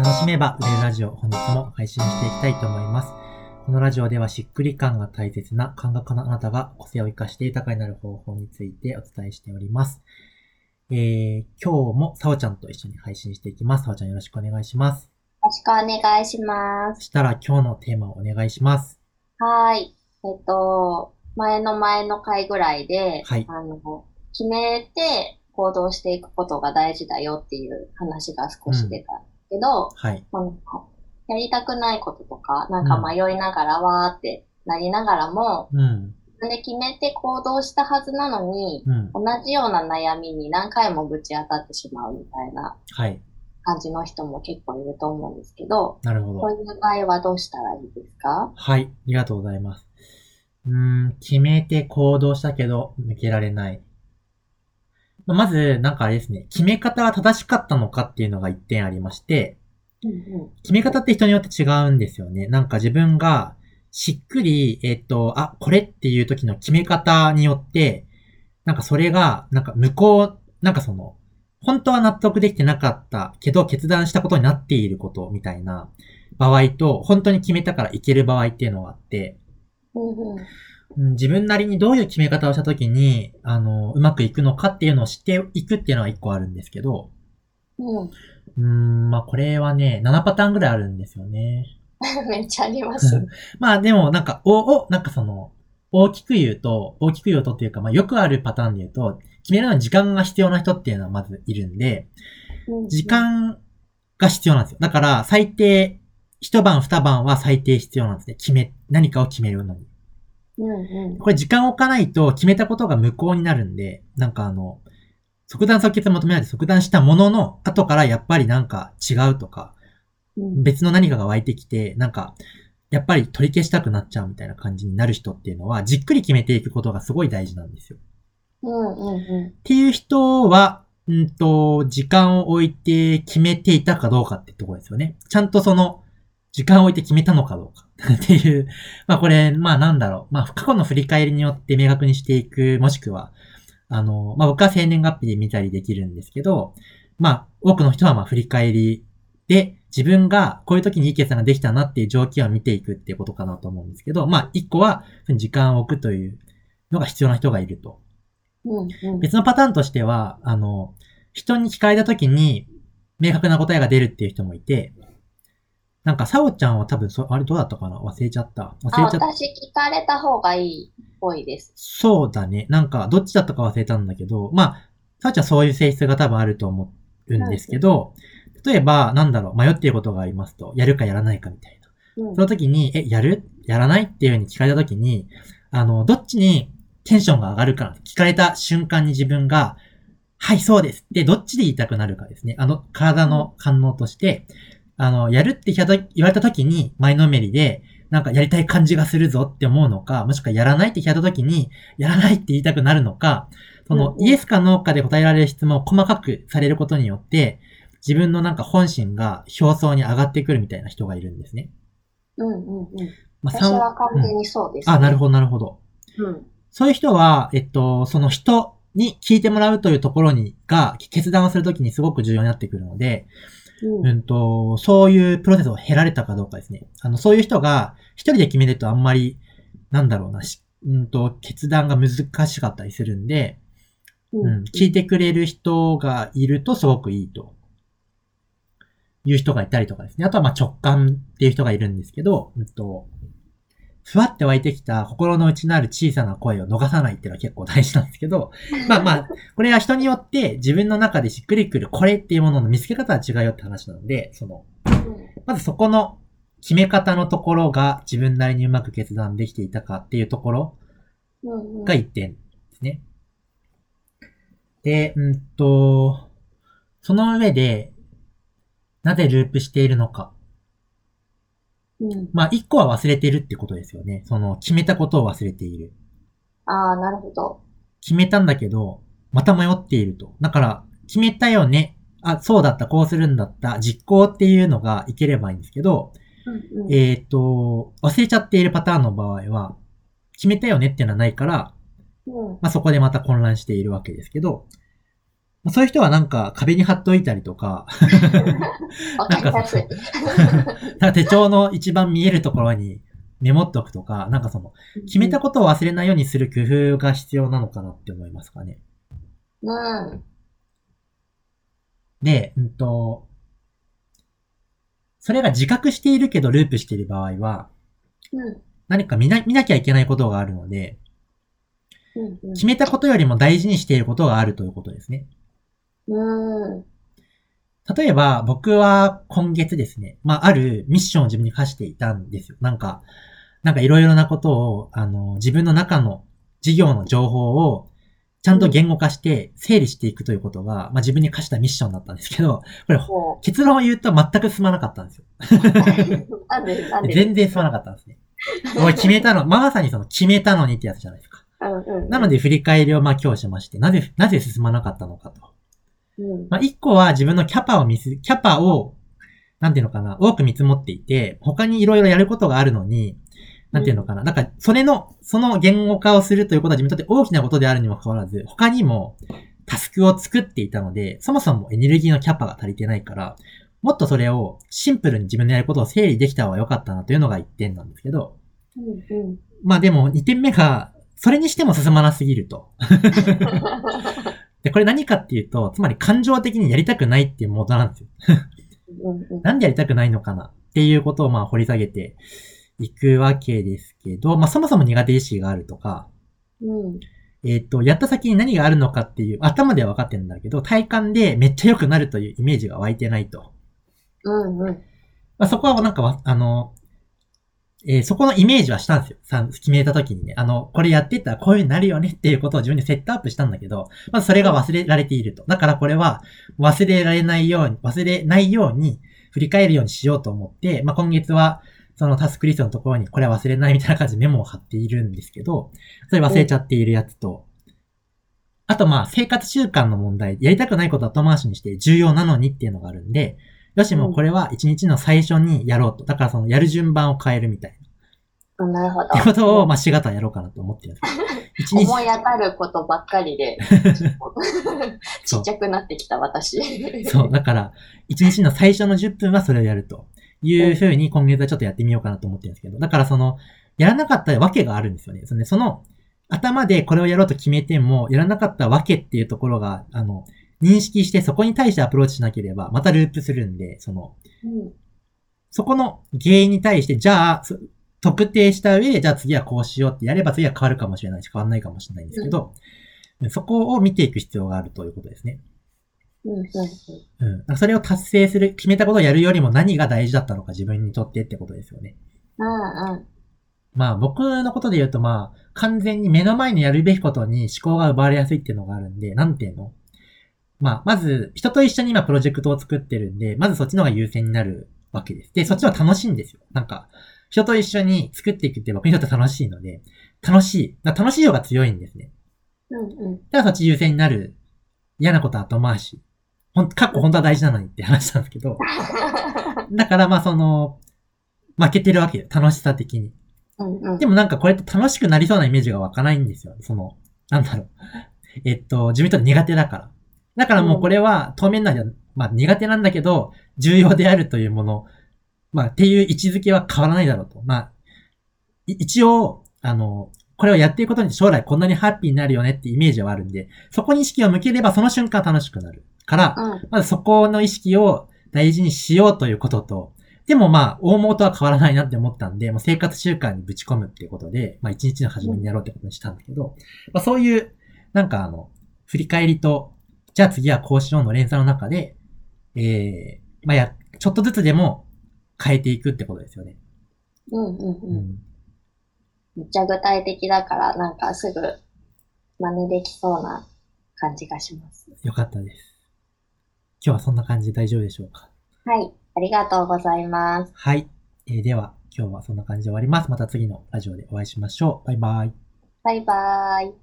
楽しめば売れるラジオ、本日も配信していきたいと思います。このラジオではしっくり感が大切な感覚のあなたが個性を生かして豊かになる方法についてお伝えしております。今日もさおちゃんと一緒に配信していきます。さおちゃんよろしくお願いします。 よろしくお願いしまそす。 したら今日のテーマをお願いします。 はい。前の回ぐらいで、 はい。 決めて行動していくことが大事だよっていう話が少うん。 し出たけど、 はい。 このやりたくないこととか、なんかうん。 迷いながらわーってなりながらも、 うん。 自分で決めて行動したはずなのに、 うん。 同じような悩みに何回もぶち当たってしまうみたいなはい。 感じの人も結構いると思うんですけど、 なるほど。 そういう場合はどうしたらいいですか？ はい。ありがとうございます。決めて行動したけど抜けられない。まず、なんかあれですね、決め方は正しかったのかっていうのが一点ありまして、 うんう決め方って人によって違うんですよね。なんか自分がしっくり、これっていう時の決め方によって、なんかそれが、なんか向こう、なんかその、本当は納得できてなかったけど決断したことになっていることみたいな場合と、本当に決めたからいける場合っていうのがあって、 ん。うんうん。 自分なりにどういう決め方をしたときに、うまくいくのかっていうのを知っていくっていうのは一個あるんですけど、 うん。 まあこれはね、7パターンぐらいあるんですよね。 めっちゃありますね。 まあでもなんか、なんかその、大きく言うとっていうか、まあよくあるパターンで言うと、決めるのに時間が必要な人っていうのはまずいるんで、 うん時うん。 間が必要なんですよ。だから最低、一晩二晩は最低必要なんですね。何かを決めるのに。 うんうん。 これ時間を置かないと決めたことが無効になるんで、なんか即断即決求められて即断したものの、後からやっぱりなんか違うとか、 うん。 別の何かが湧いてきて、なんか、やっぱり取り消したくなっちゃうみたいな感じになる人っていうのは、じっくり決めていくことがすごい大事なんですよ。っうんうんうん。 ていう人は、時間を置いて決めていたかどうかってところですよね。ちゃんとその、時間を置いて決めたのかどうかっていう、まあこれ、まあなんだろう。まあ過去の振り返りによって明確にしていく、もしくは、まあ僕は生年月日で見たりできるんですけど、まあ多くの人はまあ振り返りで自分がこういう時にいい決断ができたなっていう条件を見ていくっていうことかなと思うんですけど、まあ一個は時間を置くというのが必要な人がいると。 うんうん。 別のパターンとしては、人に聞かれた時に明確な答えが出るっていう人もいて、なんか、さおちゃんは多分あれどうだったかな忘れちゃった。忘あ、 れちゃった。 私聞かれた方がいいっぽいです。 そうだね。なんか、どっちだったか忘れたんだけど、まあ、さおちゃんそういう性質が多分あると思うんですけうんど、例えば、なんだろう、迷っていることがありますと、やるかやらないかみたいな。 うん。 その時に、やらないっていう風に聞かれた時に、どっちにテンションが上がるか、聞かれた瞬間に自分が、はい、そうです。で、どっちで言いたくなるかですね。体うん。 の反応として、やるって言われた時に、前のめりで、なんかやりたい感じがするぞって思うのか、もしくはやらないって聞かれた時に、やらないって言いたくなるのか、その、イうんうん。 エスかノーかで答えられる質問を細かくされることによって、自分のなんか本心が表層に上がってくるみたいな人がいるんですね。 うんうんうん。 まあ、 私は完うん。 全にそうであ、 すね。 なるほど、なるほど。 うん。 そういう人は、その人に聞いてもらうというところ決断をするときにすごく重要になってくるので、 うん。 そういうプロセスを経られたかどうかですね。そういう人が一人で決めるとあんまり、なんだろうな、決断が難しかったりするんで、 うんうん。 聞いてくれる人がいるとすごくいいという人がいたりとかですね。あとはまあ直感っていう人がいるんですけど、ふわって湧いてきた心の内なる小さな声を逃さないっていうのは結構大事なんですけど、まあまあ、これは人によって自分の中でしっくりくるこれっていうものの見つけ方は違うよって話なので、 うんまずそこの決め方のところが自分なりにうまく決断できていたかっていうところうんうん。 が一点ですね。で、その上で、なぜループしているのか。 うん。 まあ、一個は忘れているってことですよね。その、決めたことを忘れている。 ああ、なるほど。 決めたんだけど、また迷っていると。だから、決めたよね。あ、そうだった、こうするんだった、実行っていうのがいければいいんですけど、 うんうん。 忘れちゃっているパターンの場合は、決めたよねっていうのはないから、 うん。 まあ、そこでまた混乱しているわけですけど、 そういう人はなんか壁に貼っといたりとか、 わなんかかりやすい。 なんか手帳の一番見えるところにメモっとくとか、なんか決めたことを忘れないようにする工夫が必要なのかなって思いますかね。 うん。 で、それが自覚しているけどループしている場合は、 うん。 何か見なきゃいけないことがあるので、決めたことよりも大事にしていることがあるということですね。 うん。うん。 例えば、僕は今月ですね、あるミッションを自分に課していたんですよ。なんかいろいろなことを、自分の中の事業の情報をちゃんと言語化して整理していくということが、自分に課したミッションだったんですけど、これ、結論を言うと全く進まなかったんですよ。 なんで全然進まなかったんですね。俺決めたの、まさに決めたのにってやつじゃないですか。なので振り返りを今日しまして、なぜ進まなかったのかと。一個は自分のキャパを、なんていうのかな、多く見積もっていて、他にいろいろやることがあるのに、なんていうのかな、だから、その言語化をするということは自分にとって大きなことであるにもかかわらず、他にもタスクを作っていたので、そもそもエネルギーのキャパが足りてないから、もっとそれをシンプルに自分でやることを整理できた方が良かったなというのが1点なんですけど、でも2点目が、それにしても進まなすぎると。で、これ何かっていうと、つまり感情的にやりたくないっていうモードなんですよ。なんでやりたくないのかなっていうことを掘り下げていくわけですけど、そもそも苦手意識があるとか、やった先に何があるのかっていう、頭では分かってるんだけど、体感でめっちゃ良くなるというイメージが湧いてないと。そこはなんか、そこのイメージはしたんですよ。決めた時にね。これやってったらこういう風になるよねっていうことを自分でセットアップしたんだけど、まずそれが忘れられていると。だからこれは忘れないように振り返るようにしようと思って、今月はそのタスクリストのところにこれ忘れないみたいな感じでメモを貼っているんですけど、それ忘れちゃっているやつと、あと生活習慣の問題、やりたくないことを後回しにして重要なのにっていうのがあるんで、よしもうこれは一日の最初にやろうと。だからやる順番を変えるみたいな。 なるほど。 ってことを、4月はやろうかなと思ってるんです思い当たることばっかりで、ちっちゃくなってきた私。 そう、だから、一日の最初の10分はそれをやるというふうに今月はちょっとやってみようかなと思ってるんですけど、だからやらなかったわけがあるんですよね。その、頭でこれをやろうと決めても、やらなかったわけっていうところが、認識してそこに対してアプローチしなければ、またループするんで、そこの原因に対して、じゃあ、特定した上で、じゃあ次はこうしようってやれば次は変わるかもしれないし、変わんないかもしれないんですけど、そこを見ていく必要があるということですね。それを達成する、決めたことをやるよりも何が大事だったのか自分にとってってことですよね。僕のことで言うと完全に目の前にやるべきことに思考が奪われやすいっていうのがあるんで、なんていうのまず、人と一緒に今プロジェクトを作ってるんで、まずそっちの方が優先になるわけです。で、そっちは楽しいんですよ。なんか、人と一緒に作っていくって僕にとって楽しいので、楽しい方が強いんですね。だからそっち優先になる。嫌なことは後回し。本当は大事なのにって話なんですけど。だから負けてるわけよ。楽しさ的に。でもなんかこれって楽しくなりそうなイメージが湧かないんですよ。なんだろう。自分にとって苦手だから。だからもうこれは当面なんで、苦手なんだけど、重要であるというもの、っていう位置づけは変わらないだろうと。一応、これをやっていくことに将来こんなにハッピーになるよねってイメージはあるんで、そこに意識を向ければその瞬間楽しくなる。から、まずそこの意識を大事にしようということと、でも大元は変わらないなって思ったんで、生活習慣にぶち込むっていうことで、一日の初めにやろうってことにしたんだけど、そういう、なんか振り返りと、じゃあ次はこうしようの連鎖の中で、ちょっとずつでも変えていくってことですよね。 めっちゃ具体的だから、なんかすぐ真似できそうな感じがします。 よかったです。今日はそんな感じで大丈夫でしょうか？ はい。ありがとうございます。 はい。では、今日はそんな感じで終わります。また次のラジオでお会いしましょう。バイバイ。 バイバイ。